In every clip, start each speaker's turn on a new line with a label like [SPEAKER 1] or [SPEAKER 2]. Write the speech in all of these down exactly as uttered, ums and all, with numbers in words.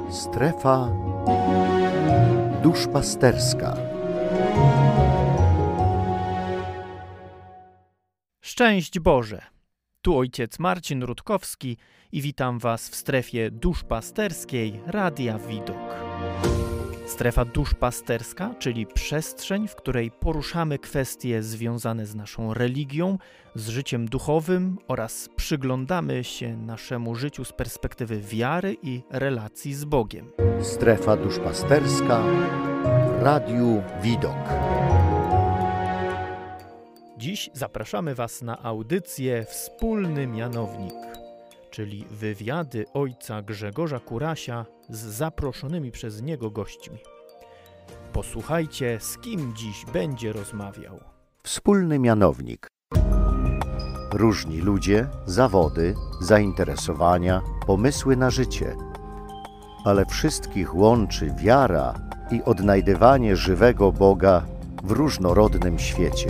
[SPEAKER 1] Strefa duszpasterska.
[SPEAKER 2] Szczęść Boże! Tu ojciec Marcin Rutkowski i witam Was w strefie duszpasterskiej Radia Widok. Strefa duszpasterska, czyli przestrzeń, w której poruszamy kwestie związane z naszą religią, z życiem duchowym oraz przyglądamy się naszemu życiu z perspektywy wiary i relacji z Bogiem.
[SPEAKER 1] Strefa duszpasterska w Radiu Widok.
[SPEAKER 2] Dziś zapraszamy Was na audycję Wspólny Mianownik, czyli wywiady ojca Grzegorza Kurasia z zaproszonymi przez niego gośćmi. Posłuchajcie, z kim dziś będzie rozmawiał.
[SPEAKER 1] Wspólny mianownik. Różni ludzie, zawody, zainteresowania, pomysły na życie. Ale wszystkich łączy wiara i odnajdywanie żywego Boga w różnorodnym świecie.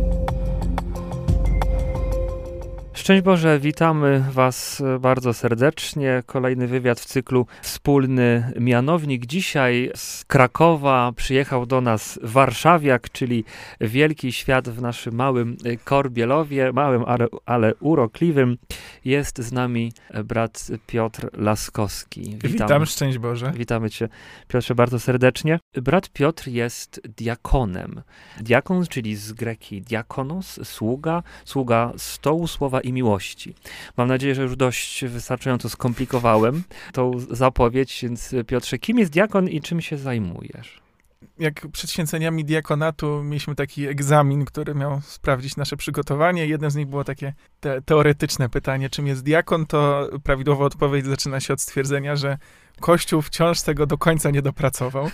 [SPEAKER 3] Szczęść Boże, witamy Was bardzo serdecznie. Kolejny wywiad w cyklu Wspólny Mianownik. Dzisiaj z Krakowa przyjechał do nas warszawiak, czyli wielki świat w naszym małym Korbielowie, małym, ale, ale urokliwym. Jest z nami brat Piotr Laskowski.
[SPEAKER 4] Witam. Witam, szczęść Boże.
[SPEAKER 3] Witamy Cię, Piotrze, bardzo serdecznie. Brat Piotr jest diakonem. Diakon, czyli z greki diakonos, sługa, sługa stołu, słowa i miłości. Mam nadzieję, że już dość wystarczająco skomplikowałem tą zapowiedź, więc Piotrze, kim jest diakon i czym się zajmujesz?
[SPEAKER 4] Jak przed święceniami diakonatu mieliśmy taki egzamin, który miał sprawdzić nasze przygotowanie. Jednym z nich było takie te, teoretyczne pytanie, czym jest diakon, to prawidłowa odpowiedź zaczyna się od stwierdzenia, że Kościół wciąż tego do końca nie dopracował.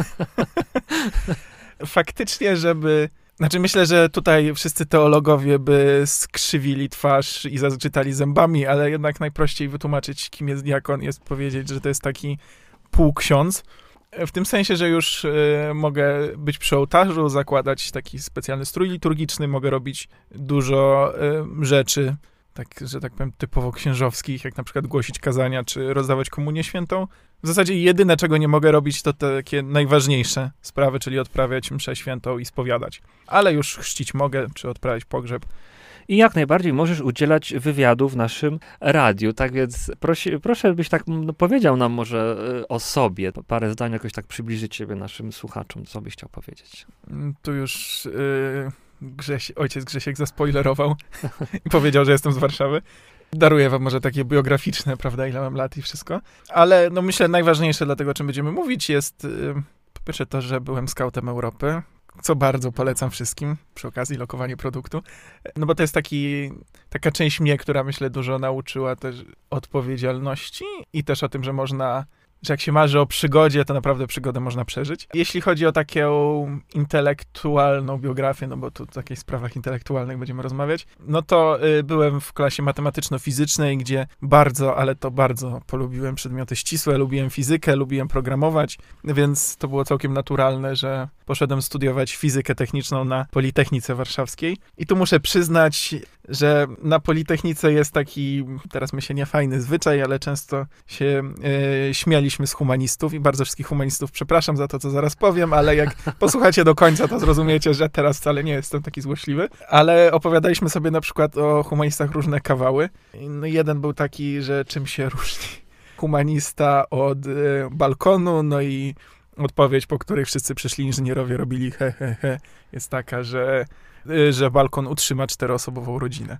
[SPEAKER 4] Faktycznie, żeby... Znaczy myślę, że tutaj wszyscy teologowie by skrzywili twarz i zazgrzytali zębami, ale jednak najprościej wytłumaczyć, kim jest diakon, jest powiedzieć, że to jest taki półksiądz. W tym sensie, że już y, mogę być przy ołtarzu, zakładać taki specjalny strój liturgiczny, mogę robić dużo y, rzeczy, tak, że tak powiem, typowo księżowskich, jak na przykład głosić kazania, czy rozdawać komunię świętą. W zasadzie jedyne, czego nie mogę robić, to takie najważniejsze sprawy, czyli odprawiać mszę świętą i spowiadać. Ale już chrzcić mogę, czy odprawiać pogrzeb.
[SPEAKER 3] I jak najbardziej możesz udzielać wywiadu w naszym radiu, tak więc prosi, proszę, byś tak no, powiedział nam może o sobie, parę zdań jakoś tak przybliżyć ciebie naszym słuchaczom, co byś chciał powiedzieć.
[SPEAKER 4] Tu już yy, Grześ, ojciec Grzesiek zaspoilerował i powiedział, że jestem z Warszawy. Daruję wam może takie biograficzne, prawda, ile mam lat i wszystko. Ale no myślę, najważniejsze dla tego, o czym będziemy mówić, jest yy, po pierwsze to, że byłem skautem Europy, co bardzo polecam wszystkim, przy okazji lokowanie produktu. No bo to jest taki, taka część mnie, która myślę dużo nauczyła też odpowiedzialności i też o tym, że można, że jak się marzy o przygodzie, to naprawdę przygodę można przeżyć. Jeśli chodzi o taką intelektualną biografię, no bo tu o takich sprawach intelektualnych będziemy rozmawiać, no to y, byłem w klasie matematyczno-fizycznej, gdzie bardzo, ale to bardzo polubiłem przedmioty ścisłe, lubiłem fizykę, lubiłem programować, więc to było całkiem naturalne, że poszedłem studiować fizykę techniczną na Politechnice Warszawskiej. I tu muszę przyznać, że na Politechnice jest taki, teraz myślę, niefajny zwyczaj, ale często się y, śmialiśmy z humanistów i bardzo wszystkich humanistów przepraszam za to, co zaraz powiem, ale jak posłuchacie do końca, to zrozumiecie, że teraz wcale nie jestem taki złośliwy. Ale opowiadaliśmy sobie na przykład o humanistach różne kawały. No, jeden był taki, że czym się różni humanista od y, balkonu, no i odpowiedź, po której wszyscy przyszli inżynierowie robili he, he, he, jest taka, że, że balkon utrzyma czteroosobową rodzinę.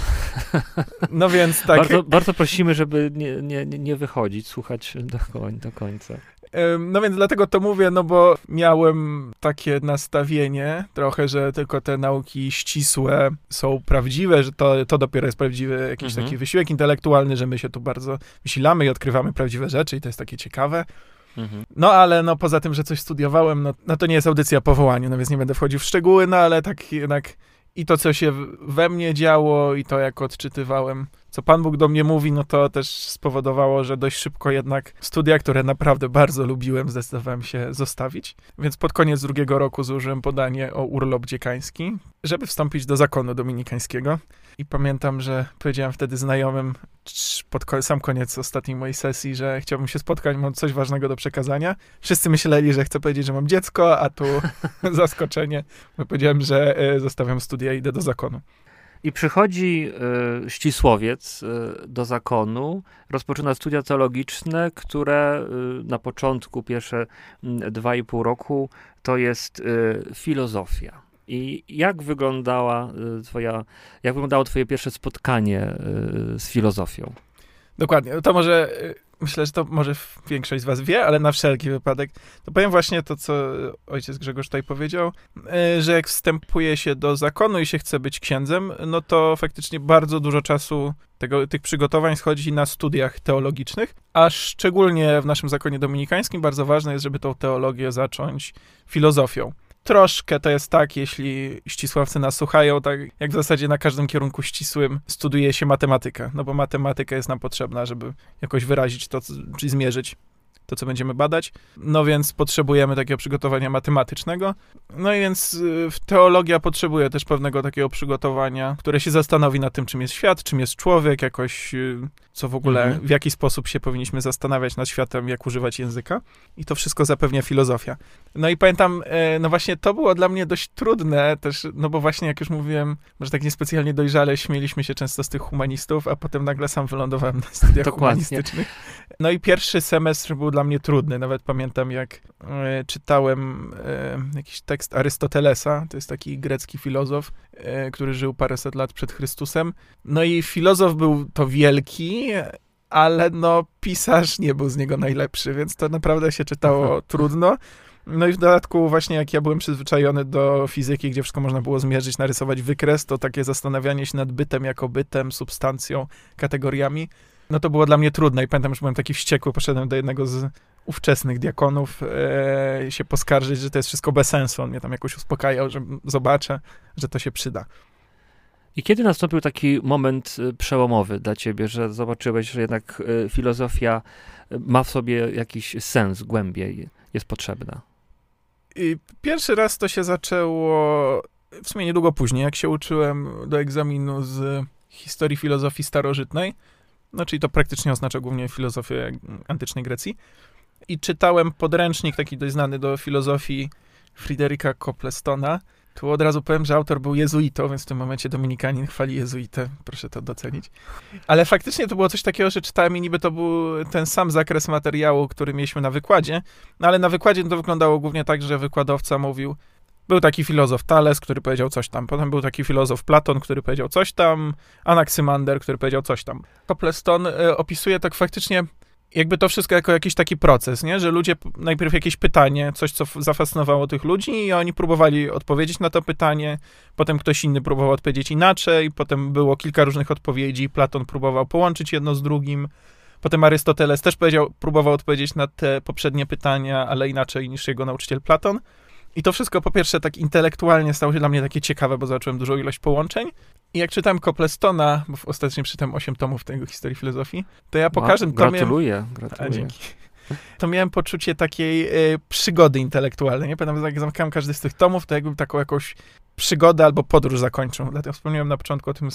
[SPEAKER 4] No więc tak.
[SPEAKER 3] Bardzo, bardzo prosimy, żeby nie, nie, nie wychodzić, słuchać do, koń, do końca.
[SPEAKER 4] No więc dlatego to mówię, no bo miałem takie nastawienie trochę, że tylko te nauki ścisłe są prawdziwe, że to, to dopiero jest prawdziwy jakiś mhm. taki wysiłek intelektualny, że my się tu bardzo wysilamy i odkrywamy prawdziwe rzeczy i to jest takie ciekawe. Mhm. No ale no poza tym, że coś studiowałem, no, no to nie jest audycja o powołaniu, no więc nie będę wchodził w szczegóły, no ale tak jednak i to, co się we mnie działo i to, jak odczytywałem co Pan Bóg do mnie mówi, no to też spowodowało, że dość szybko jednak studia, które naprawdę bardzo lubiłem, zdecydowałem się zostawić. Więc pod koniec drugiego roku złożyłem podanie o urlop dziekański, żeby wstąpić do zakonu dominikańskiego. I pamiętam, że powiedziałem wtedy znajomym pod sam koniec ostatniej mojej sesji, że chciałbym się spotkać, mam coś ważnego do przekazania. Wszyscy myśleli, że chcę powiedzieć, że mam dziecko, a tu zaskoczenie, bo powiedziałem, że zostawiam studia i idę do zakonu.
[SPEAKER 3] I przychodzi y, ścisłowiec y, do zakonu, rozpoczyna studia teologiczne, które y, na początku, pierwsze y, dwa i pół roku, to jest y, filozofia. I jak wyglądała y, twoja, jak wyglądało twoje pierwsze spotkanie y, z filozofią?
[SPEAKER 4] Dokładnie. To może, myślę, że to może większość z was wie, ale na wszelki wypadek, to powiem właśnie to, co ojciec Grzegorz tutaj powiedział, że jak wstępuje się do zakonu i się chce być księdzem, no to faktycznie bardzo dużo czasu tego, tych przygotowań schodzi na studiach teologicznych, a szczególnie w naszym zakonie dominikańskim bardzo ważne jest, żeby tą teologię zacząć filozofią. Troszkę to jest tak, jeśli ścisławcy nas słuchają, tak jak w zasadzie na każdym kierunku ścisłym studuje się matematykę, no bo matematyka jest nam potrzebna, żeby jakoś wyrazić to, czy zmierzyć to, co będziemy badać. No więc potrzebujemy takiego przygotowania matematycznego. No i więc teologia potrzebuje też pewnego takiego przygotowania, które się zastanowi nad tym, czym jest świat, czym jest człowiek, jakoś co w ogóle, mhm. w jaki sposób się powinniśmy zastanawiać nad światem, jak używać języka. I to wszystko zapewnia filozofia. No i pamiętam, no właśnie to było dla mnie dość trudne też, no bo właśnie jak już mówiłem, może tak niespecjalnie dojrzale śmieliśmy się często z tych humanistów, a potem nagle sam wylądowałem na studiach
[SPEAKER 3] Dokładnie.
[SPEAKER 4] humanistycznych. No i pierwszy semestr był dla mnie trudny. Nawet pamiętam, jak e, czytałem e, jakiś tekst Arystotelesa, to jest taki grecki filozof, e, który żył paręset lat przed Chrystusem. No i filozof był to wielki, ale no pisarz nie był z niego najlepszy, więc to naprawdę się czytało trudno. No i w dodatku właśnie jak ja byłem przyzwyczajony do fizyki, gdzie wszystko można było zmierzyć, narysować wykres, to takie zastanawianie się nad bytem jako bytem, substancją, kategoriami, no to było dla mnie trudne i pamiętam, że byłem taki wściekły, poszedłem do jednego z ówczesnych diakonów e, się poskarżyć, że to jest wszystko bez sensu. On mnie tam jakoś uspokajał, że zobaczę, że to się przyda.
[SPEAKER 3] I kiedy nastąpił taki moment przełomowy dla ciebie, że zobaczyłeś, że jednak filozofia ma w sobie jakiś sens, głębiej jest potrzebna?
[SPEAKER 4] I pierwszy raz to się zaczęło w sumie niedługo później, jak się uczyłem do egzaminu z historii filozofii starożytnej, no czyli to praktycznie oznacza głównie filozofię antycznej Grecji. I czytałem podręcznik taki dość znany do filozofii Fryderyka Coplestona. Tu od razu powiem, że autor był jezuitą, więc w tym momencie dominikanin chwali jezuitę. Proszę to docenić. Ale faktycznie to było coś takiego, że czytałem i niby to był ten sam zakres materiału, który mieliśmy na wykładzie, no ale na wykładzie to wyglądało głównie tak, że wykładowca mówił, był taki filozof Thales, który powiedział coś tam. Potem był taki filozof Platon, który powiedział coś tam. Anaksymander, który powiedział coś tam. Copleston y, opisuje tak faktycznie jakby to wszystko jako jakiś taki proces, nie? Że ludzie najpierw jakieś pytanie, coś, co zafascynowało tych ludzi i oni próbowali odpowiedzieć na to pytanie. Potem ktoś inny próbował odpowiedzieć inaczej. Potem było kilka różnych odpowiedzi. Platon próbował połączyć jedno z drugim. Potem Arystoteles też powiedział, próbował odpowiedzieć na te poprzednie pytania, ale inaczej niż jego nauczyciel Platon. I to wszystko po pierwsze tak intelektualnie stało się dla mnie takie ciekawe, bo zobaczyłem dużą ilość połączeń. I jak czytałem Coplestona, bo ostatecznie przeczytałem osiem tomów tego historii filozofii, to ja po
[SPEAKER 3] wow,
[SPEAKER 4] każdym tomie...
[SPEAKER 3] Gratuluję, gratuluję.
[SPEAKER 4] A, dzięki. To miałem poczucie takiej y, przygody intelektualnej, nie? Pamiętam, jak zamykałem każdy z tych tomów, to jakbym taką jakąś przygodę albo podróż zakończył. Dlatego wspomniałem na początku o tym,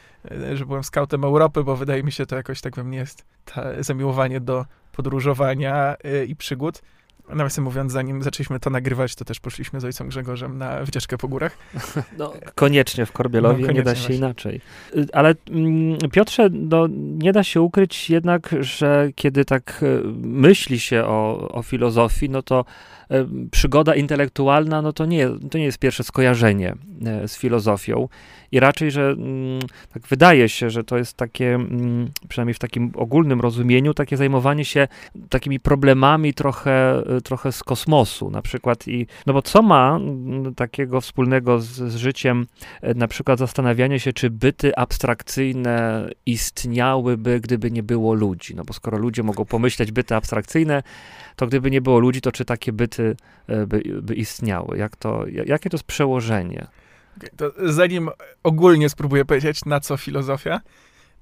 [SPEAKER 4] y, że byłem skautem Europy, bo wydaje mi się, to jakoś tak we mnie jest ta, zamiłowanie do podróżowania y, i przygód. Nawiasem mówiąc, zanim zaczęliśmy to nagrywać, to też poszliśmy z ojcem Grzegorzem na wycieczkę po górach.
[SPEAKER 3] No, koniecznie w Korbielowie, no, koniecznie nie da się właśnie. Inaczej. Ale mm, Piotrze, no, nie da się ukryć jednak, że kiedy tak myśli się o, o filozofii, no to e, przygoda intelektualna, no to nie, to nie jest pierwsze skojarzenie e, z filozofią. I raczej, że mm, tak wydaje się, że to jest takie, mm, przynajmniej w takim ogólnym rozumieniu, takie zajmowanie się takimi problemami trochę, trochę z kosmosu na przykład. I, no bo co ma m, takiego wspólnego z, z życiem, e, na przykład zastanawianie się, czy byty abstrakcyjne istniałyby, gdyby nie było ludzi. No bo skoro ludzie mogą pomyśleć byty abstrakcyjne, to gdyby nie było ludzi, to czy takie byty e, by, by istniały? Jak to, jakie to jest przełożenie?
[SPEAKER 4] Okay, to zanim ogólnie spróbuję powiedzieć, na co filozofia,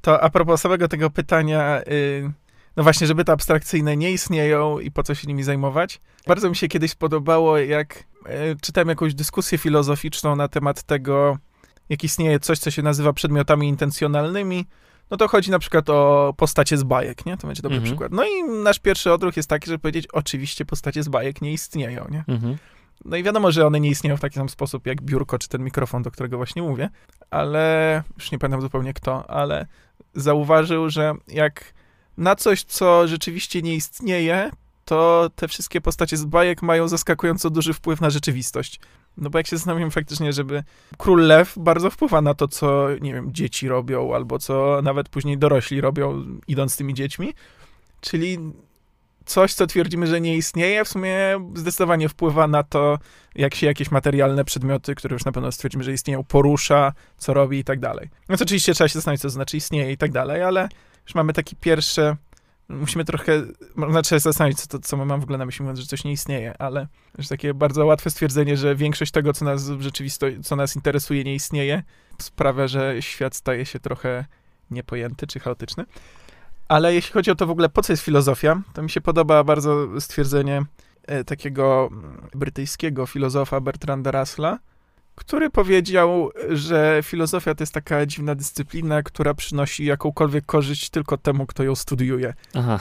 [SPEAKER 4] To a propos samego tego pytania, yy, no właśnie, żeby te abstrakcyjne nie istnieją i po co się nimi zajmować. Bardzo mi się kiedyś podobało, jak yy, czytałem jakąś dyskusję filozoficzną na temat tego, jak istnieje coś, co się nazywa przedmiotami intencjonalnymi. No to chodzi na przykład o postacie z bajek, nie? To będzie dobry
[SPEAKER 3] Mhm.
[SPEAKER 4] przykład. No i nasz pierwszy odruch jest taki, żeby powiedzieć, oczywiście postacie z bajek nie istnieją, nie?
[SPEAKER 3] Mhm.
[SPEAKER 4] No i wiadomo, że one nie istnieją w taki sam sposób jak biurko czy ten mikrofon, do którego właśnie mówię, ale już nie pamiętam zupełnie kto, ale zauważył, że jak na coś, co rzeczywiście nie istnieje, to te wszystkie postacie z bajek mają zaskakująco duży wpływ na rzeczywistość. No bo jak się zastanawiam faktycznie, żeby Król Lew bardzo wpływa na to, co, nie wiem, dzieci robią, albo co nawet później dorośli robią, idąc z tymi dziećmi, czyli coś, co twierdzimy, że nie istnieje, w sumie zdecydowanie wpływa na to, jak się jakieś materialne przedmioty, które już na pewno stwierdzimy, że istnieją, porusza, co robi i tak dalej. No to oczywiście trzeba się zastanowić, co to znaczy istnieje i tak dalej, ale już mamy takie pierwsze, musimy trochę, znaczy się zastanowić, co, to, co my mam w ogóle na myśli, mówiąc, że coś nie istnieje, ale już takie bardzo łatwe stwierdzenie, że większość tego, co nas w rzeczywistości, co nas interesuje, nie istnieje, sprawia, że świat staje się trochę niepojęty czy chaotyczny. Ale jeśli chodzi o to w ogóle, po co jest filozofia, to mi się podoba bardzo stwierdzenie e, takiego brytyjskiego filozofa Bertranda Russella, który powiedział, że filozofia to jest taka dziwna dyscyplina, która przynosi jakąkolwiek korzyść tylko temu, kto ją studiuje.
[SPEAKER 3] Aha.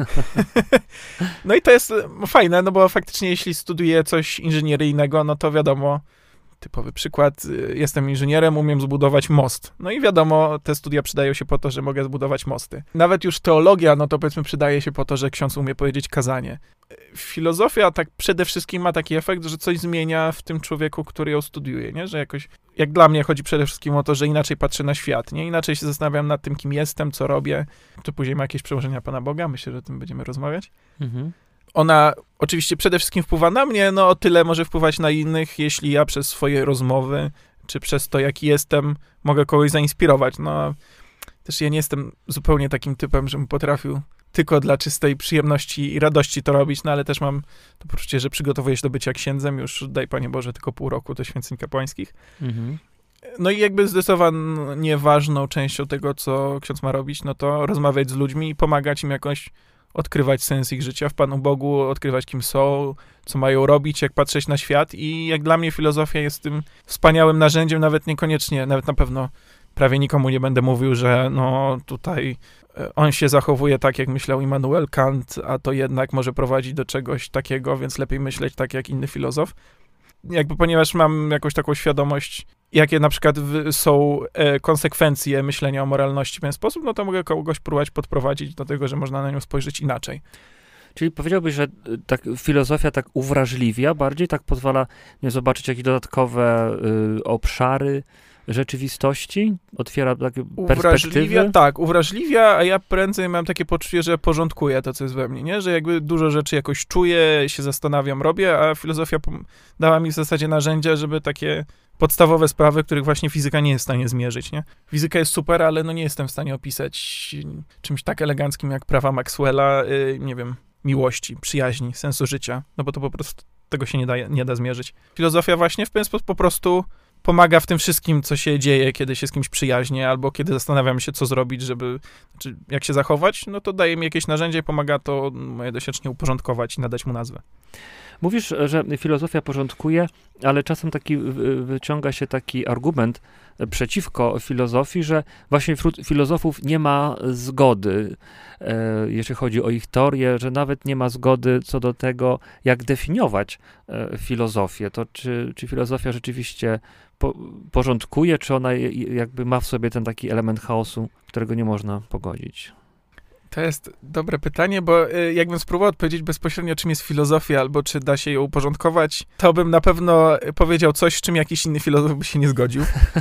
[SPEAKER 4] No i to jest fajne, no bo faktycznie jeśli studiuję coś inżynieryjnego, no to wiadomo, typowy przykład, jestem inżynierem, umiem zbudować most. No i wiadomo, te studia przydają się po to, że mogę zbudować mosty. Nawet już teologia, no to powiedzmy przydaje się po to, że ksiądz umie powiedzieć kazanie. Filozofia tak przede wszystkim ma taki efekt, że coś zmienia w tym człowieku, który ją studiuje, nie? Że jakoś, jak dla mnie chodzi przede wszystkim o to, że inaczej patrzę na świat, nie? Inaczej się zastanawiam nad tym, kim jestem, co robię. To później ma jakieś przełożenia Pana Boga, myślę, że o tym będziemy rozmawiać.
[SPEAKER 3] Mhm.
[SPEAKER 4] Ona oczywiście przede wszystkim wpływa na mnie, no o tyle może wpływać na innych, jeśli ja przez swoje rozmowy, czy przez to, jaki jestem, mogę kogoś zainspirować. No, też ja nie jestem zupełnie takim typem, żebym potrafił tylko dla czystej przyjemności i radości to robić, no ale też mam to poczucie, że przygotowuję się do bycia księdzem, już daj Panie Boże tylko pół roku do święceń kapłańskich.
[SPEAKER 3] Mhm.
[SPEAKER 4] No i jakby zdecydowanie ważną częścią tego, co ksiądz ma robić, no to rozmawiać z ludźmi i pomagać im jakoś odkrywać sens ich życia w Panu Bogu, odkrywać kim są, co mają robić, jak patrzeć na świat i jak dla mnie filozofia jest tym wspaniałym narzędziem, nawet niekoniecznie, nawet na pewno prawie nikomu nie będę mówił, że no tutaj on się zachowuje tak, jak myślał Immanuel Kant, a to jednak może prowadzić do czegoś takiego, więc lepiej myśleć tak, jak inny filozof. Jakby ponieważ mam jakąś taką świadomość, jakie na przykład w, są e, konsekwencje myślenia o moralności w ten sposób, no to mogę kogoś próbować podprowadzić do tego, że można na nią spojrzeć inaczej.
[SPEAKER 3] Czyli powiedziałbyś, że tak filozofia tak uwrażliwia, bardziej tak pozwala nie zobaczyć jakieś dodatkowe y, obszary rzeczywistości, otwiera takie
[SPEAKER 4] Uwrażliwia,
[SPEAKER 3] perspektywy.
[SPEAKER 4] tak, uwrażliwia, a ja prędzej mam takie poczucie, że porządkuje to, co jest we mnie, nie? Że jakby dużo rzeczy jakoś czuję, się zastanawiam, robię, a filozofia dała mi w zasadzie narzędzia, żeby takie podstawowe sprawy, których właśnie fizyka nie jest w stanie zmierzyć, nie? Fizyka jest super, ale no nie jestem w stanie opisać czymś tak eleganckim jak prawa Maxwella, yy, nie wiem, miłości, przyjaźni, sensu życia, no bo to po prostu tego się nie da, nie da zmierzyć. Filozofia właśnie w pewien sposób po prostu pomaga w tym wszystkim, co się dzieje, kiedy się z kimś przyjaźnię, albo kiedy zastanawiam się, co zrobić, żeby, znaczy jak się zachować, no to daje mi jakieś narzędzie i pomaga to moje doświadczenie uporządkować i nadać mu nazwę.
[SPEAKER 3] Mówisz, że filozofia porządkuje, ale czasem taki wyciąga się taki argument przeciwko filozofii, że właśnie wśród filozofów nie ma zgody, e, jeżeli chodzi o ich teorię, że nawet nie ma zgody co do tego, jak definiować e, filozofię. To czy, czy filozofia rzeczywiście po, porządkuje, czy ona jakby ma w sobie ten taki element chaosu, którego nie można pogodzić?
[SPEAKER 4] To jest dobre pytanie, bo jakbym spróbował odpowiedzieć bezpośrednio, czym jest filozofia, albo czy da się ją uporządkować, to bym na pewno powiedział coś, z czym jakiś inny filozof by się nie zgodził.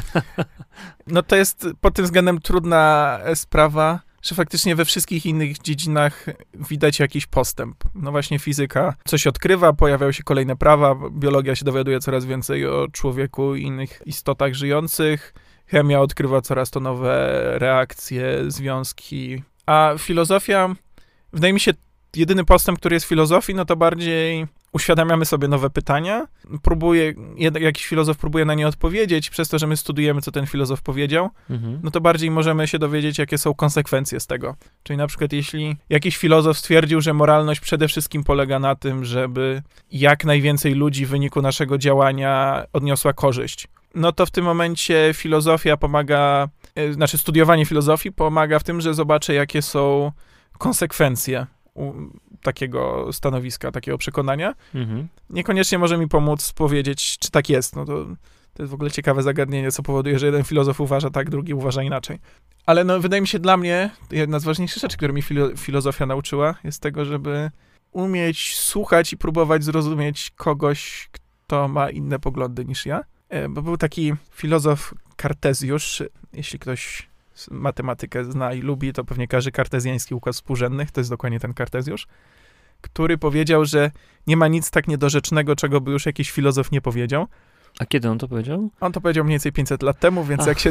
[SPEAKER 4] No to jest pod tym względem trudna sprawa, że faktycznie we wszystkich innych dziedzinach widać jakiś postęp. No właśnie fizyka coś odkrywa, pojawiają się kolejne prawa, biologia się dowiaduje coraz więcej o człowieku i innych istotach żyjących, chemia odkrywa coraz to nowe reakcje, związki. A filozofia, wydaje mi się, jedyny postęp, który jest w filozofii, no to bardziej uświadamiamy sobie nowe pytania, próbuje, jakiś filozof próbuje na nie odpowiedzieć, przez to, że my studujemy, co ten filozof powiedział, mhm. no to bardziej możemy się dowiedzieć, jakie są konsekwencje z tego. Czyli na przykład, jeśli jakiś filozof stwierdził, że moralność przede wszystkim polega na tym, żeby jak najwięcej ludzi w wyniku naszego działania odniosła korzyść, no to w tym momencie filozofia pomaga, znaczy studiowanie filozofii pomaga w tym, że zobaczę, jakie są konsekwencje takiego stanowiska, takiego przekonania. Mhm. Niekoniecznie może mi pomóc powiedzieć, czy tak jest. No to, to jest w ogóle ciekawe zagadnienie, co powoduje, że jeden filozof uważa tak, drugi uważa inaczej. Ale no, wydaje mi się, dla mnie jedna z ważniejszych rzeczy, które mi filo- filozofia nauczyła, jest tego, żeby umieć słuchać i próbować zrozumieć kogoś, kto ma inne poglądy niż ja. Bo był taki filozof Kartezjusz, jeśli ktoś matematykę zna i lubi, to pewnie kojarzy kartezjański układ współrzędnych, to jest dokładnie ten Kartezjusz, który powiedział, że nie ma nic tak niedorzecznego, czego by już jakiś filozof nie powiedział.
[SPEAKER 3] A kiedy on to powiedział?
[SPEAKER 4] On to powiedział mniej więcej pięćset lat temu, więc Ach. jak się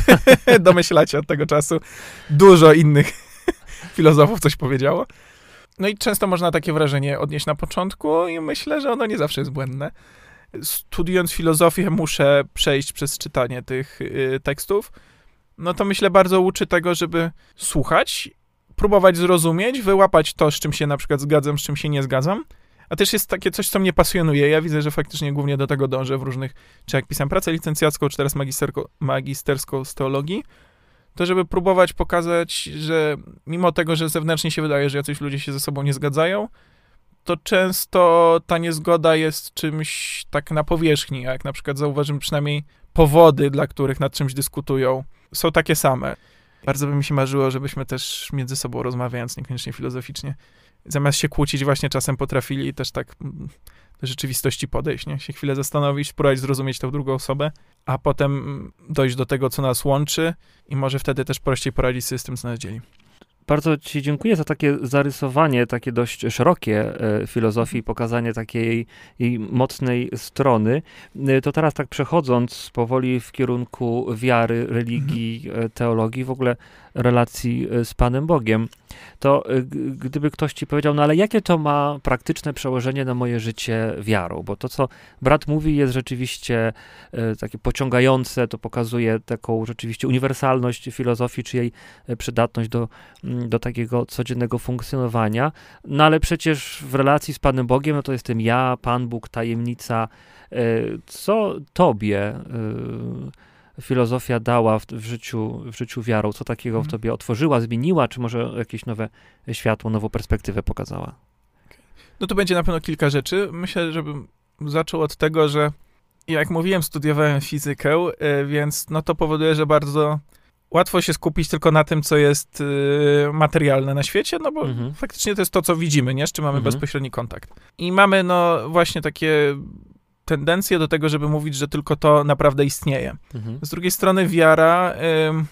[SPEAKER 4] domyślacie od tego czasu, dużo innych filozofów coś powiedziało. No i często można takie wrażenie odnieść na początku i myślę, że ono nie zawsze jest błędne. Studiując filozofię muszę przejść przez czytanie tych y, tekstów, no to myślę bardzo uczy tego, żeby słuchać, próbować zrozumieć, wyłapać to, z czym się na przykład zgadzam, z czym się nie zgadzam, a też jest takie coś, co mnie pasjonuje. Ja widzę, że faktycznie głównie do tego dążę w różnych, czy jak pisałem pracę licencjacką, czy teraz magisterko, magisterską z teologii, to żeby próbować pokazać, że mimo tego, że zewnętrznie się wydaje, że jacyś ludzie się ze sobą nie zgadzają, to często ta niezgoda jest czymś tak na powierzchni, jak na przykład zauważymy przynajmniej powody, dla których nad czymś dyskutują, są takie same. Bardzo by mi się marzyło, żebyśmy też między sobą rozmawiając, niekoniecznie filozoficznie, zamiast się kłócić, właśnie czasem potrafili też tak do rzeczywistości podejść, nie? Się chwilę zastanowić, spróbować zrozumieć tę drugą osobę, a potem dojść do tego, co nas łączy i może wtedy też prościej poradzić sobie z tym, co nas dzieli.
[SPEAKER 3] Bardzo ci dziękuję za takie zarysowanie, takie dość szerokie e, filozofii, pokazanie takiej jej mocnej strony. E, to teraz tak przechodząc powoli w kierunku wiary, religii, e, teologii, w ogóle relacji e, z Panem Bogiem, to e, g- gdyby ktoś ci powiedział, no ale jakie to ma praktyczne przełożenie na moje życie wiarą? Bo to, co brat mówi, jest rzeczywiście e, takie pociągające, to pokazuje taką rzeczywiście uniwersalność filozofii, czy jej e, przydatność do do takiego codziennego funkcjonowania, no ale przecież w relacji z Panem Bogiem, no to jestem ja, Pan Bóg, tajemnica. Co tobie filozofia dała w, w, życiu, w życiu wiarą? Co takiego w tobie otworzyła, zmieniła, czy może jakieś nowe światło, nową perspektywę pokazała?
[SPEAKER 4] No to będzie na pewno kilka rzeczy. Myślę, żebym zaczął od tego, że jak mówiłem, studiowałem fizykę, więc no to powoduje, że bardzo łatwo się skupić tylko na tym, co jest y, materialne na świecie, no bo mhm. faktycznie to jest to, co widzimy, nie? Z czym mamy mhm. bezpośredni kontakt. I mamy, no, właśnie takie tendencje do tego, żeby mówić, że tylko to naprawdę istnieje. Mhm. Z drugiej strony wiara y,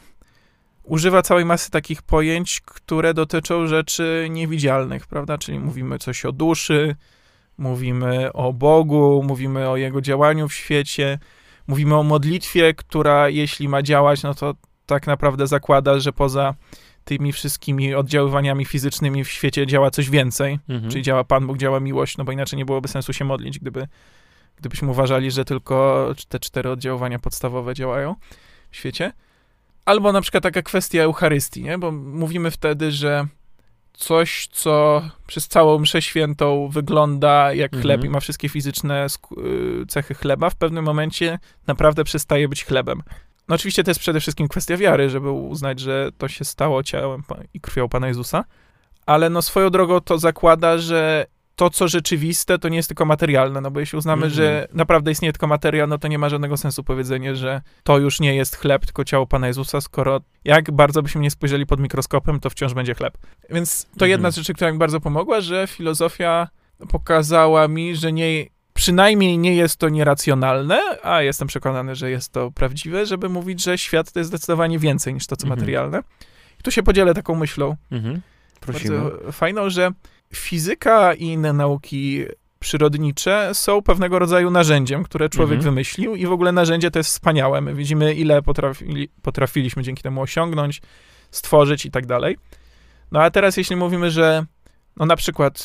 [SPEAKER 4] używa całej masy takich pojęć, które dotyczą rzeczy niewidzialnych, prawda? Czyli mówimy coś o duszy, mówimy o Bogu, mówimy o Jego działaniu w świecie, mówimy o modlitwie, która jeśli ma działać, no to tak naprawdę zakłada, że poza tymi wszystkimi oddziaływaniami fizycznymi w świecie działa coś więcej, mhm. czyli działa Pan Bóg, działa miłość, no bo inaczej nie byłoby sensu się modlić, gdyby, gdybyśmy uważali, że tylko te cztery oddziaływania podstawowe działają w świecie. Albo na przykład taka kwestia Eucharystii, nie? Bo mówimy wtedy, że coś, co przez całą mszę świętą wygląda jak mhm. chleb i ma wszystkie fizyczne cechy chleba, w pewnym momencie naprawdę przestaje być chlebem. No oczywiście to jest przede wszystkim kwestia wiary, żeby uznać, że to się stało ciałem i krwią Pana Jezusa, ale no swoją drogą to zakłada, że to, co rzeczywiste, to nie jest tylko materialne, no bo jeśli uznamy, mm-hmm. że naprawdę istnieje tylko materia, no to nie ma żadnego sensu powiedzenie, że to już nie jest chleb, tylko ciało Pana Jezusa, skoro jak bardzo byśmy nie spojrzeli pod mikroskopem, to wciąż będzie chleb. Więc to mm-hmm. jedna z rzeczy, która mi bardzo pomogła, że filozofia pokazała mi, że nie... Przynajmniej nie jest to nieracjonalne, a jestem przekonany, że jest to prawdziwe, żeby mówić, że świat to jest zdecydowanie więcej niż to, co mhm. materialne. I tu się podzielę taką myślą. Mhm. Prosimy. Bardzo fajną, że fizyka i inne nauki przyrodnicze są pewnego rodzaju narzędziem, które człowiek mhm. wymyślił i w ogóle narzędzie to jest wspaniałe. My widzimy, ile potrafili, potrafiliśmy dzięki temu osiągnąć, stworzyć i tak dalej. No a teraz, jeśli mówimy, że no na przykład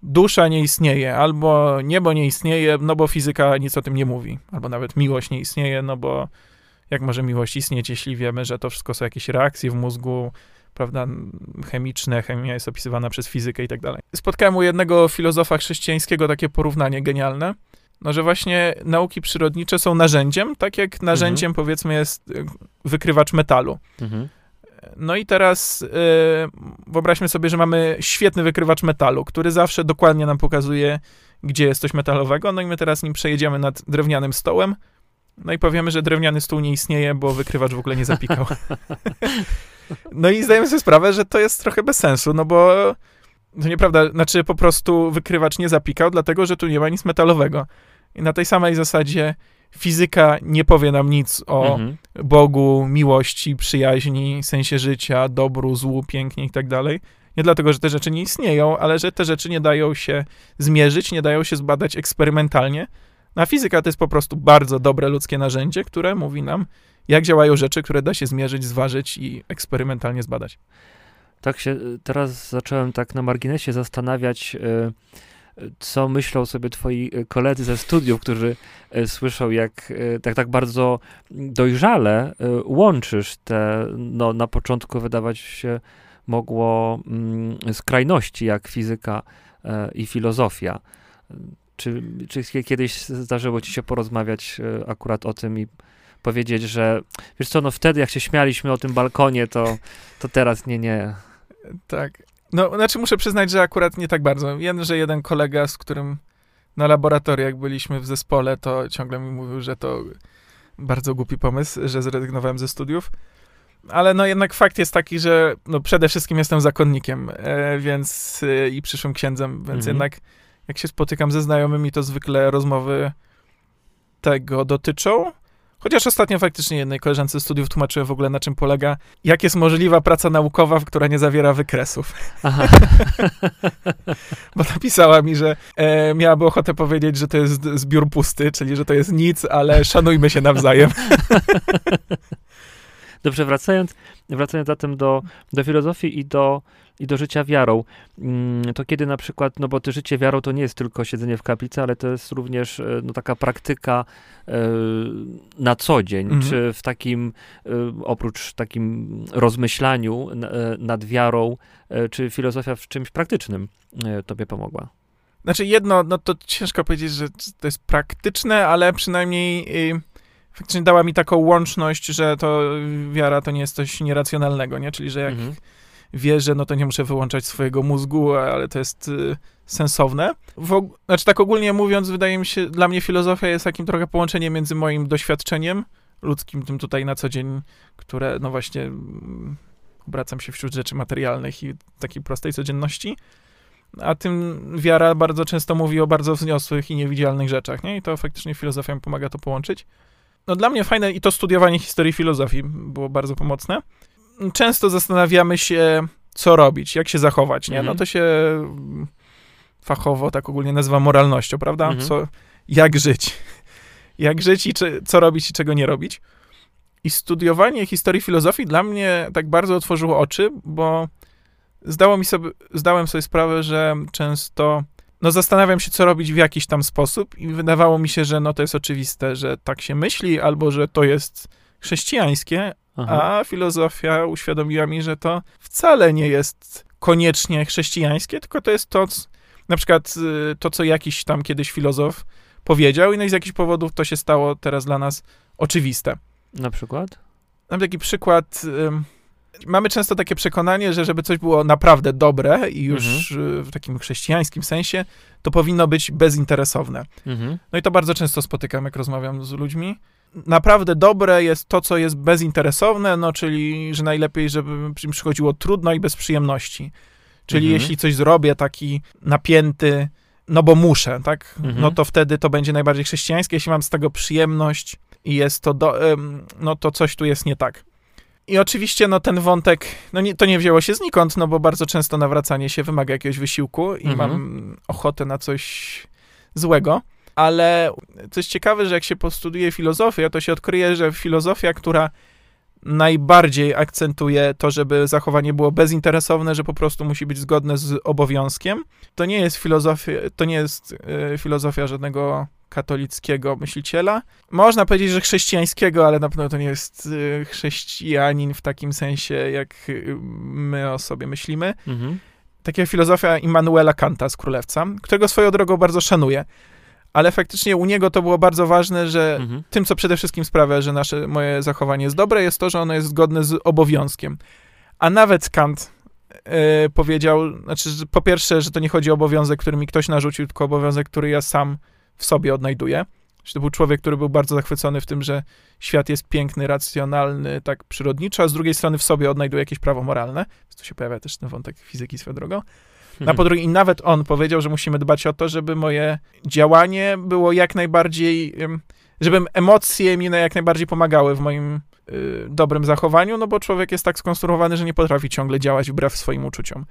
[SPEAKER 4] dusza nie istnieje, albo niebo nie istnieje, no bo fizyka nic o tym nie mówi, albo nawet miłość nie istnieje, no bo jak może miłość istnieć, jeśli wiemy, że to wszystko są jakieś reakcje w mózgu, prawda, chemiczne, chemia jest opisywana przez fizykę i tak dalej. Spotkałem u jednego filozofa chrześcijańskiego takie porównanie genialne, no że właśnie nauki przyrodnicze są narzędziem, tak jak narzędziem, mhm. powiedzmy, jest wykrywacz metalu. Mhm. No i teraz yy, wyobraźmy sobie, że mamy świetny wykrywacz metalu, który zawsze dokładnie nam pokazuje, gdzie jest coś metalowego, no i my teraz nim przejedziemy nad drewnianym stołem, no i powiemy, że drewniany stół nie istnieje, bo wykrywacz w ogóle nie zapikał. No i zdajemy sobie sprawę, że to jest trochę bez sensu, no bo to nieprawda, znaczy po prostu wykrywacz nie zapikał, dlatego, że tu nie ma nic metalowego. I na tej samej zasadzie fizyka nie powie nam nic o mhm. Bogu, miłości, przyjaźni, sensie życia, dobru, złu, pięknie i tak dalej. Nie dlatego, że te rzeczy nie istnieją, ale że te rzeczy nie dają się zmierzyć, nie dają się zbadać eksperymentalnie. A fizyka to jest po prostu bardzo dobre ludzkie narzędzie, które mówi nam, jak działają rzeczy, które da się zmierzyć, zważyć i eksperymentalnie zbadać.
[SPEAKER 3] Tak się teraz zacząłem tak na marginesie zastanawiać, co myślą sobie twoi koledzy ze studiów, którzy słyszą, jak tak, tak bardzo dojrzale łączysz te, no na początku wydawać się mogło skrajności, jak fizyka i filozofia. Czy, czy kiedyś zdarzyło ci się porozmawiać akurat o tym i powiedzieć, że wiesz co, no wtedy jak się śmialiśmy o tym balkonie, to, to teraz nie, nie.
[SPEAKER 4] Tak. No, znaczy muszę przyznać, że akurat nie tak bardzo. Jeden, że jeden kolega, z którym na laboratoriach byliśmy w zespole, to ciągle mi mówił, że to bardzo głupi pomysł, że zrezygnowałem ze studiów. Ale no jednak fakt jest taki, że no przede wszystkim jestem zakonnikiem, e, więc e, i przyszłym księdzem, więc mhm. jednak jak się spotykam ze znajomymi, to zwykle rozmowy tego dotyczą. Chociaż ostatnio faktycznie jednej koleżance z studiów tłumaczyłem w ogóle, na czym polega, jak jest możliwa praca naukowa, która nie zawiera wykresów. Aha. Bo napisała mi, że e, miałaby ochotę powiedzieć, że to jest zbiór pusty, czyli że to jest nic, ale szanujmy się nawzajem.
[SPEAKER 3] Dobrze, wracając, wracając zatem do, do filozofii i do, i do życia wiarą, to kiedy na przykład, no bo to życie wiarą to nie jest tylko siedzenie w kaplicy, ale to jest również no, taka praktyka y, na co dzień, mhm. czy w takim, y, oprócz takim rozmyślaniu n, nad wiarą, y, czy filozofia w czymś praktycznym y, tobie pomogła?
[SPEAKER 4] Znaczy jedno, no to ciężko powiedzieć, że to jest praktyczne, ale przynajmniej... Y, faktycznie dała mi taką łączność, że to wiara to nie jest coś nieracjonalnego, nie? Czyli, że jak mhm. wierzę, no to nie muszę wyłączać swojego mózgu, ale to jest y, sensowne. W, znaczy tak ogólnie mówiąc, wydaje mi się, dla mnie filozofia jest takim trochę połączeniem między moim doświadczeniem ludzkim, tym tutaj na co dzień, które no właśnie um, obracam się wśród rzeczy materialnych i takiej prostej codzienności, a tym wiara bardzo często mówi o bardzo wzniosłych i niewidzialnych rzeczach, nie? I to faktycznie filozofia mi pomaga to połączyć. No dla mnie fajne i to studiowanie historii filozofii było bardzo pomocne. Często zastanawiamy się, co robić, jak się zachować, nie? No to się fachowo tak ogólnie nazywa moralnością, prawda? Mhm. Co, jak żyć. Jak żyć i czy, co robić i czego nie robić. I studiowanie historii filozofii dla mnie tak bardzo otworzyło oczy, bo zdało mi sobie, zdałem sobie sprawę, że często no zastanawiam się, co robić w jakiś tam sposób i wydawało mi się, że no to jest oczywiste, że tak się myśli, albo że to jest chrześcijańskie, Aha. a filozofia uświadomiła mi, że to wcale nie jest koniecznie chrześcijańskie, tylko to jest to, na przykład to, co jakiś tam kiedyś filozof powiedział i no i z jakichś powodów to się stało teraz dla nas oczywiste.
[SPEAKER 3] Na przykład?
[SPEAKER 4] Mam taki przykład... Mamy często takie przekonanie, że żeby coś było naprawdę dobre i już mhm. w takim chrześcijańskim sensie, to powinno być bezinteresowne. Mhm. No i to bardzo często spotykam, jak rozmawiam z ludźmi. Naprawdę dobre jest to, co jest bezinteresowne, no czyli, że najlepiej, żeby im przychodziło trudno i bez przyjemności. Czyli mhm. jeśli coś zrobię taki napięty, no bo muszę, tak? Mhm. No to wtedy to będzie najbardziej chrześcijańskie. Jeśli mam z tego przyjemność i jest to, do, no to coś tu jest nie tak. I oczywiście, no ten wątek, no nie, to nie wzięło się znikąd, no bo bardzo często nawracanie się wymaga jakiegoś wysiłku i mhm. mam ochotę na coś złego, ale coś ciekawe, że jak się postudiuje filozofię, to się odkryje, że filozofia, która najbardziej akcentuje to, żeby zachowanie było bezinteresowne, że po prostu musi być zgodne z obowiązkiem. To nie jest filozofia, to nie jest y, filozofia żadnego katolickiego myśliciela. Można powiedzieć, że chrześcijańskiego, ale na pewno to nie jest y, chrześcijanin w takim sensie, jak y, my o sobie myślimy.
[SPEAKER 3] Mhm.
[SPEAKER 4] Taka filozofia Immanuela Kanta z Królewca, którego swoją drogą bardzo szanuję. Ale faktycznie u niego to było bardzo ważne, że
[SPEAKER 3] Mhm.
[SPEAKER 4] tym, co przede wszystkim sprawia, że nasze, moje zachowanie jest dobre, jest to, że ono jest zgodne z obowiązkiem. A nawet Kant e, powiedział, znaczy, że po pierwsze, że to nie chodzi o obowiązek, który mi ktoś narzucił, tylko obowiązek, który ja sam w sobie odnajduję. Że to był człowiek, który był bardzo zachwycony w tym, że świat jest piękny, racjonalny, tak przyrodniczo, a z drugiej strony w sobie odnajduje jakieś prawo moralne. Tu się pojawia też ten wątek fizyki swoją drogą. A po drugie, i nawet on powiedział, że musimy dbać o to, żeby moje działanie było jak najbardziej, żeby emocje mi jak najbardziej pomagały w moim y, dobrym zachowaniu, no bo człowiek jest tak skonstruowany, że nie potrafi ciągle działać wbrew swoim uczuciom.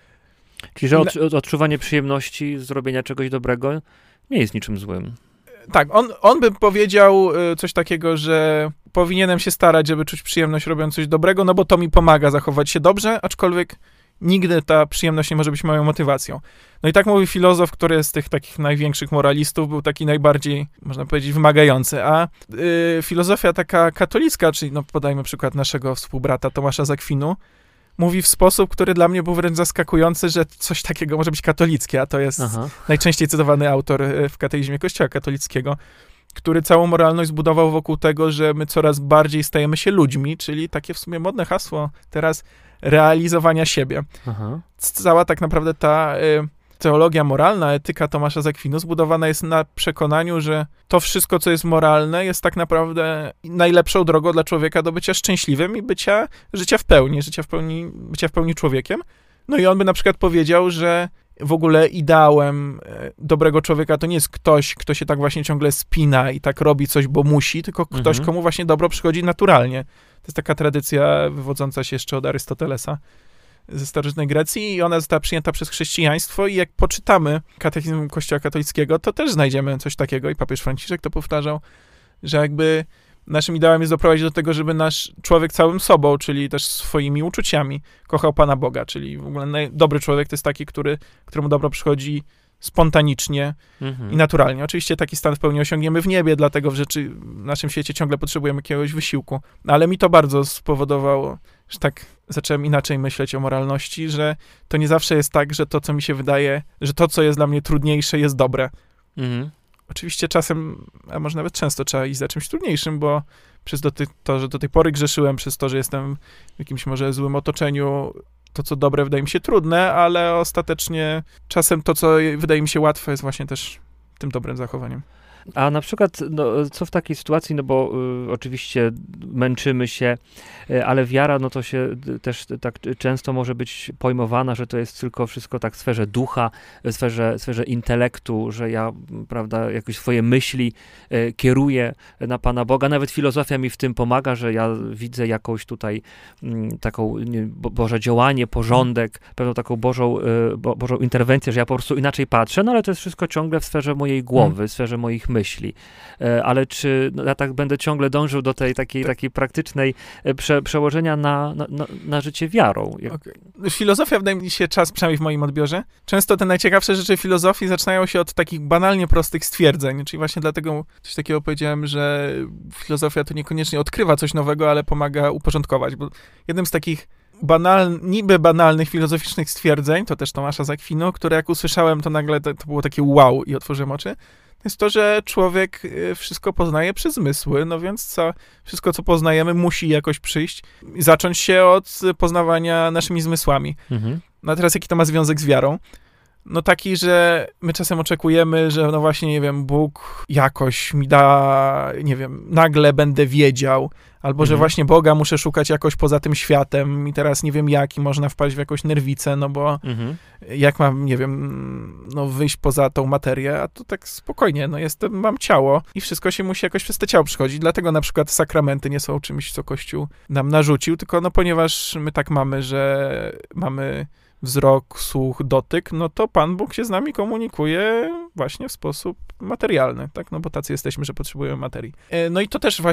[SPEAKER 3] Czyli, że od, odczuwanie przyjemności z robienia czegoś dobrego nie jest niczym złym.
[SPEAKER 4] Tak, on, on by powiedział y, coś takiego, że powinienem się starać, żeby czuć przyjemność robiąc coś dobrego, no bo to mi pomaga zachować się dobrze, aczkolwiek nigdy ta przyjemność nie może być moją motywacją. No i tak mówi filozof, który z tych takich największych moralistów był taki najbardziej, można powiedzieć, wymagający. A y, filozofia taka katolicka, czyli no podajmy przykład naszego współbrata Tomasza z Akwinu, mówi w sposób, który dla mnie był wręcz zaskakujący, że coś takiego może być katolickie, a to jest
[SPEAKER 3] Aha.
[SPEAKER 4] najczęściej cytowany autor w katechizmie Kościoła katolickiego, który całą moralność zbudował wokół tego, że my coraz bardziej stajemy się ludźmi, czyli takie w sumie modne hasło teraz realizowania siebie.
[SPEAKER 3] Aha.
[SPEAKER 4] Cała tak naprawdę ta y, teologia moralna, etyka Tomasza z Akwinu zbudowana jest na przekonaniu, że to wszystko, co jest moralne, jest tak naprawdę najlepszą drogą dla człowieka do bycia szczęśliwym i bycia, życia w pełni, życia w pełni, bycia w pełni człowiekiem. No i on by na przykład powiedział, że w ogóle ideałem dobrego człowieka to nie jest ktoś, kto się tak właśnie ciągle spina i tak robi coś, bo musi, tylko ktoś,
[SPEAKER 3] Mhm.
[SPEAKER 4] komu właśnie dobro przychodzi naturalnie. To jest taka tradycja wywodząca się jeszcze od Arystotelesa ze starożytnej Grecji i ona została przyjęta przez chrześcijaństwo i jak poczytamy katechizm Kościoła katolickiego, to też znajdziemy coś takiego i papież Franciszek to powtarzał, że jakby naszym ideałem jest doprowadzić do tego, żeby nasz człowiek całym sobą, czyli też swoimi uczuciami kochał Pana Boga, czyli w ogóle naj- dobry człowiek to jest taki, który, któremu dobro przychodzi spontanicznie
[SPEAKER 3] Mhm.
[SPEAKER 4] i naturalnie. Oczywiście taki stan w pełni osiągniemy w niebie, dlatego w rzeczy w naszym świecie ciągle potrzebujemy jakiegoś wysiłku. Ale mi to bardzo spowodowało, że tak zacząłem inaczej myśleć o moralności, że to nie zawsze jest tak, że to, co mi się wydaje, że to, co jest dla mnie trudniejsze, jest dobre.
[SPEAKER 3] Mhm.
[SPEAKER 4] Oczywiście czasem, a może nawet często trzeba iść za czymś trudniejszym, bo przez do ty, to, że do tej pory grzeszyłem, przez to, że jestem w jakimś może złym otoczeniu, to, co dobre, wydaje mi się trudne, ale ostatecznie czasem to, co wydaje mi się łatwe, jest właśnie też tym dobrym zachowaniem.
[SPEAKER 3] A na przykład, no, co w takiej sytuacji, no bo y, oczywiście męczymy się, y, ale wiara, no to się y, też y, tak często może być pojmowana, że to jest tylko wszystko tak w sferze ducha, w sferze, w sferze intelektu, że ja, prawda, jakoś swoje myśli y, kieruję na Pana Boga. Nawet filozofia mi w tym pomaga, że ja widzę jakąś tutaj y, taką nie, bo, Boże działanie, porządek, pewną taką Bożą, y, bo, Bożą interwencję, że ja po prostu inaczej patrzę, no ale to jest wszystko ciągle w sferze mojej głowy, w sferze moich myśli. E, ale czy no, ja tak będę ciągle dążył do tej takiej, takiej praktycznej e, prze, przełożenia na, na, na, na życie wiarą? Jak...
[SPEAKER 4] Okay. Filozofia, wydaje mi się, czas, przynajmniej w moim odbiorze, często te najciekawsze rzeczy filozofii zaczynają się od takich banalnie prostych stwierdzeń, czyli właśnie dlatego coś takiego powiedziałem, że filozofia to niekoniecznie odkrywa coś nowego, ale pomaga uporządkować, bo jednym z takich banal, niby banalnych filozoficznych stwierdzeń, to też Tomasza z Akwinu, które jak usłyszałem, to nagle to, to było takie wow i otworzyłem oczy, jest to, że człowiek wszystko poznaje przez zmysły, no więc co, wszystko, co poznajemy, musi jakoś przyjść i zacząć się od poznawania naszymi zmysłami. Mhm. No a teraz jaki to ma związek z wiarą? No taki, że my czasem oczekujemy, że no właśnie, nie wiem, Bóg jakoś mi da, nie wiem, nagle będę wiedział, albo mhm. że właśnie Boga muszę szukać jakoś poza tym światem i teraz nie wiem jak i można wpaść w jakąś nerwicę, no bo mhm. jak mam, nie wiem, no wyjść poza tą materię, a to tak spokojnie, no jestem, mam ciało i wszystko się musi jakoś przez te ciało przychodzić, dlatego na przykład sakramenty nie są czymś, co Kościół nam narzucił, tylko no ponieważ my tak mamy, że mamy wzrok, słuch, dotyk, no to Pan Bóg się z nami komunikuje właśnie w sposób materialny, tak? No bo tacy jesteśmy, że potrzebujemy materii. No i to też właśnie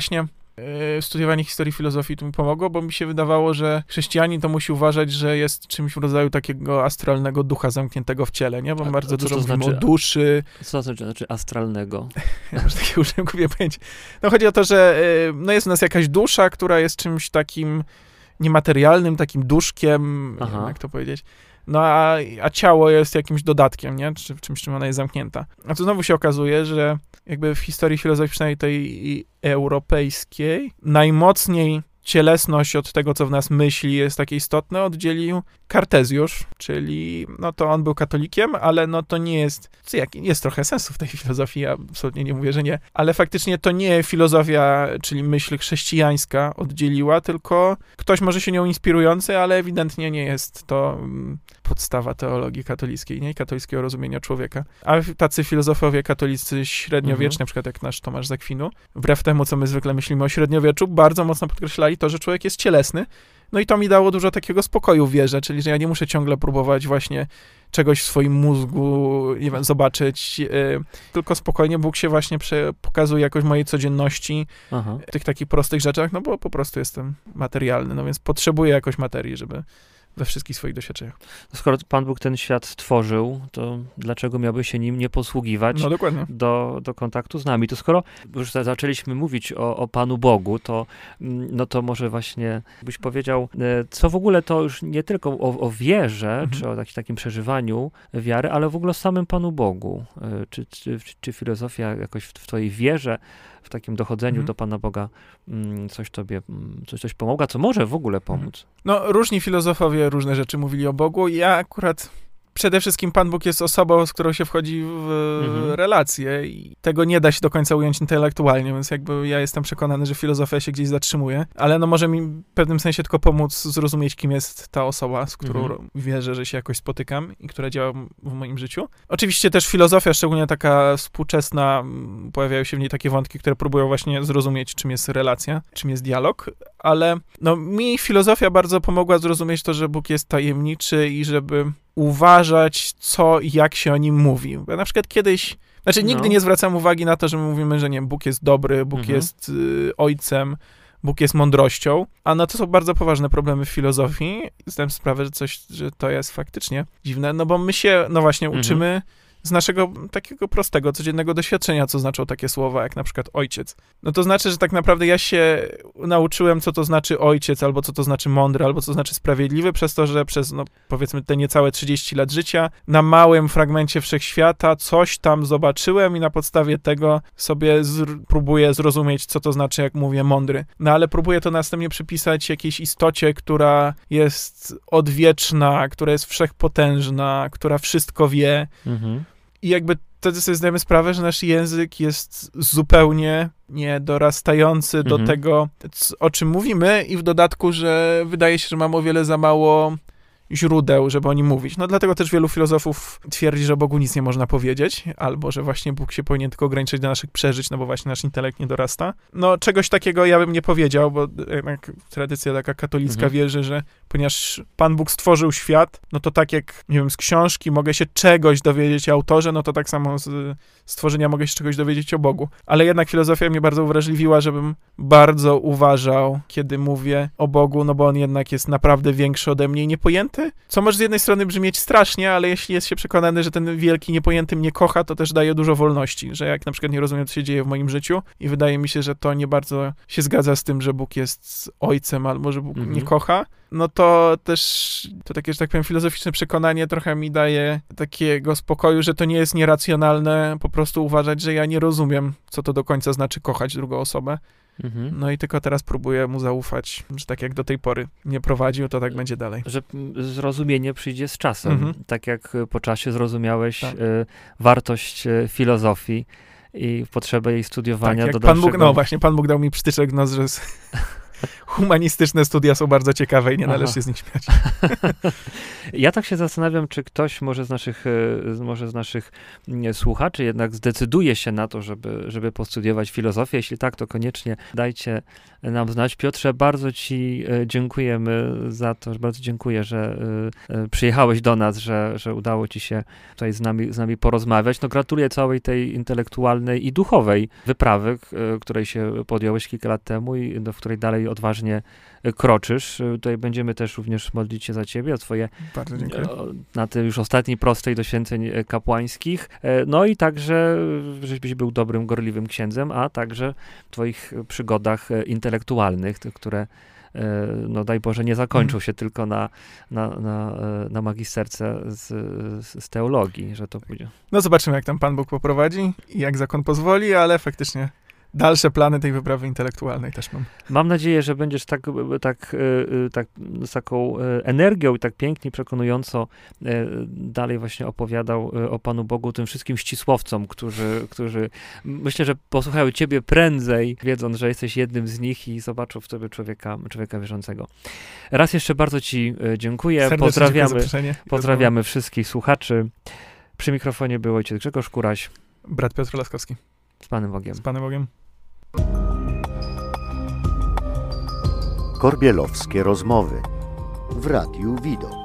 [SPEAKER 4] Yy, studiowanie historii filozofii tu mi pomogło, bo mi się wydawało, że chrześcijanin to musi uważać, że jest czymś w rodzaju takiego astralnego ducha zamkniętego w ciele, nie? Bo
[SPEAKER 3] A,
[SPEAKER 4] bardzo
[SPEAKER 3] co
[SPEAKER 4] dużo
[SPEAKER 3] to
[SPEAKER 4] mówimy
[SPEAKER 3] znaczy?
[SPEAKER 4] o duszy.
[SPEAKER 3] Co to znaczy, znaczy astralnego?
[SPEAKER 4] Ja może takie użyłem głupie pojęcie. No chodzi o to, że yy, no jest w nas jakaś dusza, która jest czymś takim niematerialnym, takim duszkiem, nie wiem, jak to powiedzieć. No a, a ciało jest jakimś dodatkiem, nie? Czy, czymś, czym ona jest zamknięta. A tu znowu się okazuje, że jakby w historii filozofii, przynajmniej tej europejskiej, najmocniej cielesność od tego, co w nas myśli, jest takie istotne, oddzielił Kartezjusz, czyli no to on był katolikiem, ale no to nie jest, co jak, jest trochę sensu w tej filozofii, ja absolutnie nie mówię, że nie, ale faktycznie to nie filozofia, czyli myśl chrześcijańska oddzieliła, tylko ktoś może się nią inspirujący, ale ewidentnie nie jest to um, podstawa teologii katolickiej, nie? Katolickiego rozumienia człowieka. A tacy filozofowie katolicy średniowieczni, mhm. na przykład jak nasz Tomasz z Akwinu, wbrew temu, co my zwykle myślimy o średniowieczu, bardzo mocno podkreślali to, że człowiek jest cielesny. No i to mi dało dużo takiego spokoju w wierze, czyli że ja nie muszę ciągle próbować właśnie czegoś w swoim mózgu, nie wiem, zobaczyć, yy, tylko spokojnie Bóg się właśnie prze, pokazuje jakoś w mojej codzienności, Aha. w tych takich prostych rzeczach, no bo po prostu jestem materialny, no więc potrzebuję jakoś materii, żeby we wszystkich swoich doświadczeniach.
[SPEAKER 3] Skoro Pan Bóg ten świat stworzył, to dlaczego miałby się nim nie posługiwać
[SPEAKER 4] no, dokładnie.
[SPEAKER 3] Do, do kontaktu z nami? To skoro już zaczęliśmy mówić o, o Panu Bogu, to, no to może właśnie byś powiedział, co w ogóle to już nie tylko o, o wierze, mhm. czy o taki, takim przeżywaniu wiary, ale w ogóle o samym Panu Bogu. Czy, czy, czy filozofia jakoś w, w twojej wierze, w takim dochodzeniu mhm. do Pana Boga coś tobie, coś, coś pomogła, co może w ogóle pomóc?
[SPEAKER 4] No, różni filozofowie różne rzeczy mówili o Bogu. Ja akurat przede wszystkim Pan Bóg jest osobą, z którą się wchodzi w mhm. relacje i tego nie da się do końca ująć intelektualnie, więc jakby ja jestem przekonany, że filozofia się gdzieś zatrzymuje, ale no może mi w pewnym sensie tylko pomóc zrozumieć, kim jest ta osoba, z którą mhm. wierzę, że się jakoś spotykam i która działa w moim życiu. Oczywiście też filozofia, szczególnie taka współczesna, pojawiają się w niej takie wątki, które próbują właśnie zrozumieć, czym jest relacja, czym jest dialog, ale no mi filozofia bardzo pomogła zrozumieć to, że Bóg jest tajemniczy i żeby uważać, co i jak się o nim mówi. Bo na przykład kiedyś, znaczy nigdy no. nie zwracam uwagi na to, że my mówimy, że nie, Bóg jest dobry, Bóg mhm. jest y, ojcem, Bóg jest mądrością, a no to są bardzo poważne problemy w filozofii. Zdałem sprawę, że coś, że to jest faktycznie dziwne, no bo my się, no właśnie, mhm. uczymy z naszego takiego prostego, codziennego doświadczenia, co znaczą takie słowa, jak na przykład ojciec. No to znaczy, że tak naprawdę ja się nauczyłem, co to znaczy ojciec, albo co to znaczy mądry, albo co to znaczy sprawiedliwy, przez to, że przez, no powiedzmy, te niecałe trzydzieści lat życia na małym fragmencie wszechświata coś tam zobaczyłem i na podstawie tego sobie zr- próbuję zrozumieć, co to znaczy, jak mówię mądry. No ale próbuję to następnie przypisać jakiejś istocie, która jest odwieczna, która jest wszechpotężna, która wszystko wie. Mhm. I jakby wtedy sobie zdajemy sprawę, że nasz język jest zupełnie niedorastający mhm. do tego, o czym mówimy i w dodatku, że wydaje się, że mamy o wiele za mało źródeł, żeby o nim mówić. No dlatego też wielu filozofów twierdzi, że o Bogu nic nie można powiedzieć, albo że właśnie Bóg się powinien tylko ograniczyć do naszych przeżyć, no bo właśnie nasz intelekt nie dorasta. No czegoś takiego ja bym nie powiedział, bo jednak tradycja taka katolicka mhm. wierzy, że ponieważ Pan Bóg stworzył świat, no to tak jak, nie wiem, z książki mogę się czegoś dowiedzieć o autorze, no to tak samo z stworzenia mogę się czegoś dowiedzieć o Bogu. Ale jednak filozofia mnie bardzo uwrażliwiła, żebym bardzo uważał, kiedy mówię o Bogu, no bo on jednak jest naprawdę większy ode mnie i niepojęty. Co może z jednej strony brzmieć strasznie, ale jeśli jest się przekonany, że ten wielki niepojęty mnie kocha, to też daje dużo wolności, że jak na przykład nie rozumiem, co się dzieje w moim życiu i wydaje mi się, że to nie bardzo się zgadza z tym, że Bóg jest ojcem albo że Bóg mhm. mnie kocha, no to też to takie, że tak powiem, filozoficzne przekonanie trochę mi daje takiego spokoju, że to nie jest nieracjonalne po prostu uważać, że ja nie rozumiem, co to do końca znaczy kochać drugą osobę. Mhm. No i tylko teraz próbuję mu zaufać, że tak jak do tej pory mnie prowadził, to tak będzie dalej.
[SPEAKER 3] Że zrozumienie przyjdzie z czasem. Mhm. Tak jak po czasie zrozumiałeś tak. y, wartość y, filozofii i potrzebę jej studiowania
[SPEAKER 4] tak,
[SPEAKER 3] do
[SPEAKER 4] Pan
[SPEAKER 3] dalszego...
[SPEAKER 4] Bóg, no właśnie, Pan Bóg dał mi przytyczek w nos, że humanistyczne studia są bardzo ciekawe i nie należy się z nich śmiać.
[SPEAKER 3] Ja tak się zastanawiam, czy ktoś może z naszych, e, może z naszych nie, słuchaczy jednak zdecyduje się na to, żeby, żeby postudiować filozofię. Jeśli tak, to koniecznie dajcie nam znać. Piotrze, bardzo ci e, dziękujemy za to, bardzo dziękuję, że e, e, przyjechałeś do nas, że, że udało ci się tutaj z nami, z nami porozmawiać. No gratuluję całej tej intelektualnej i duchowej wyprawy, e, której się podjąłeś kilka lat temu i do, w której dalej odważnie kroczysz. Tutaj będziemy też również modlić się za ciebie, o twoje
[SPEAKER 4] Bardzo dziękuję.
[SPEAKER 3] na tej już ostatniej prostej do święceń kapłańskich. No i także, żebyś był dobrym, gorliwym księdzem, a także w twoich przygodach intelektualnych, te, które no daj Boże, nie zakończą się tylko na, na, na, na magisterce z, z teologii, że to pójdzie.
[SPEAKER 4] No zobaczymy, jak tam Pan Bóg poprowadzi i jak zakon pozwoli, ale faktycznie dalsze plany tej wyprawy intelektualnej też mam.
[SPEAKER 3] Mam nadzieję, że będziesz tak, tak, tak z taką energią i tak pięknie, przekonująco dalej właśnie opowiadał o Panu Bogu, tym wszystkim ścisłowcom, którzy, którzy myślę, że posłuchają ciebie prędzej, wiedząc, że jesteś jednym z nich i zobaczą w tobie człowieka, człowieka wierzącego. Raz jeszcze bardzo ci dziękuję.
[SPEAKER 4] Serdecznie
[SPEAKER 3] pozdrawiamy,
[SPEAKER 4] dziękuję za
[SPEAKER 3] pozdrawiamy wszystkich słuchaczy. Przy mikrofonie był ojciec Grzegorz Kuraś.
[SPEAKER 4] Brat Piotr Laskowski.
[SPEAKER 3] Z Panem Bogiem.
[SPEAKER 4] Z Panem Bogiem.
[SPEAKER 1] Korbielowskie rozmowy w Radiu Widok.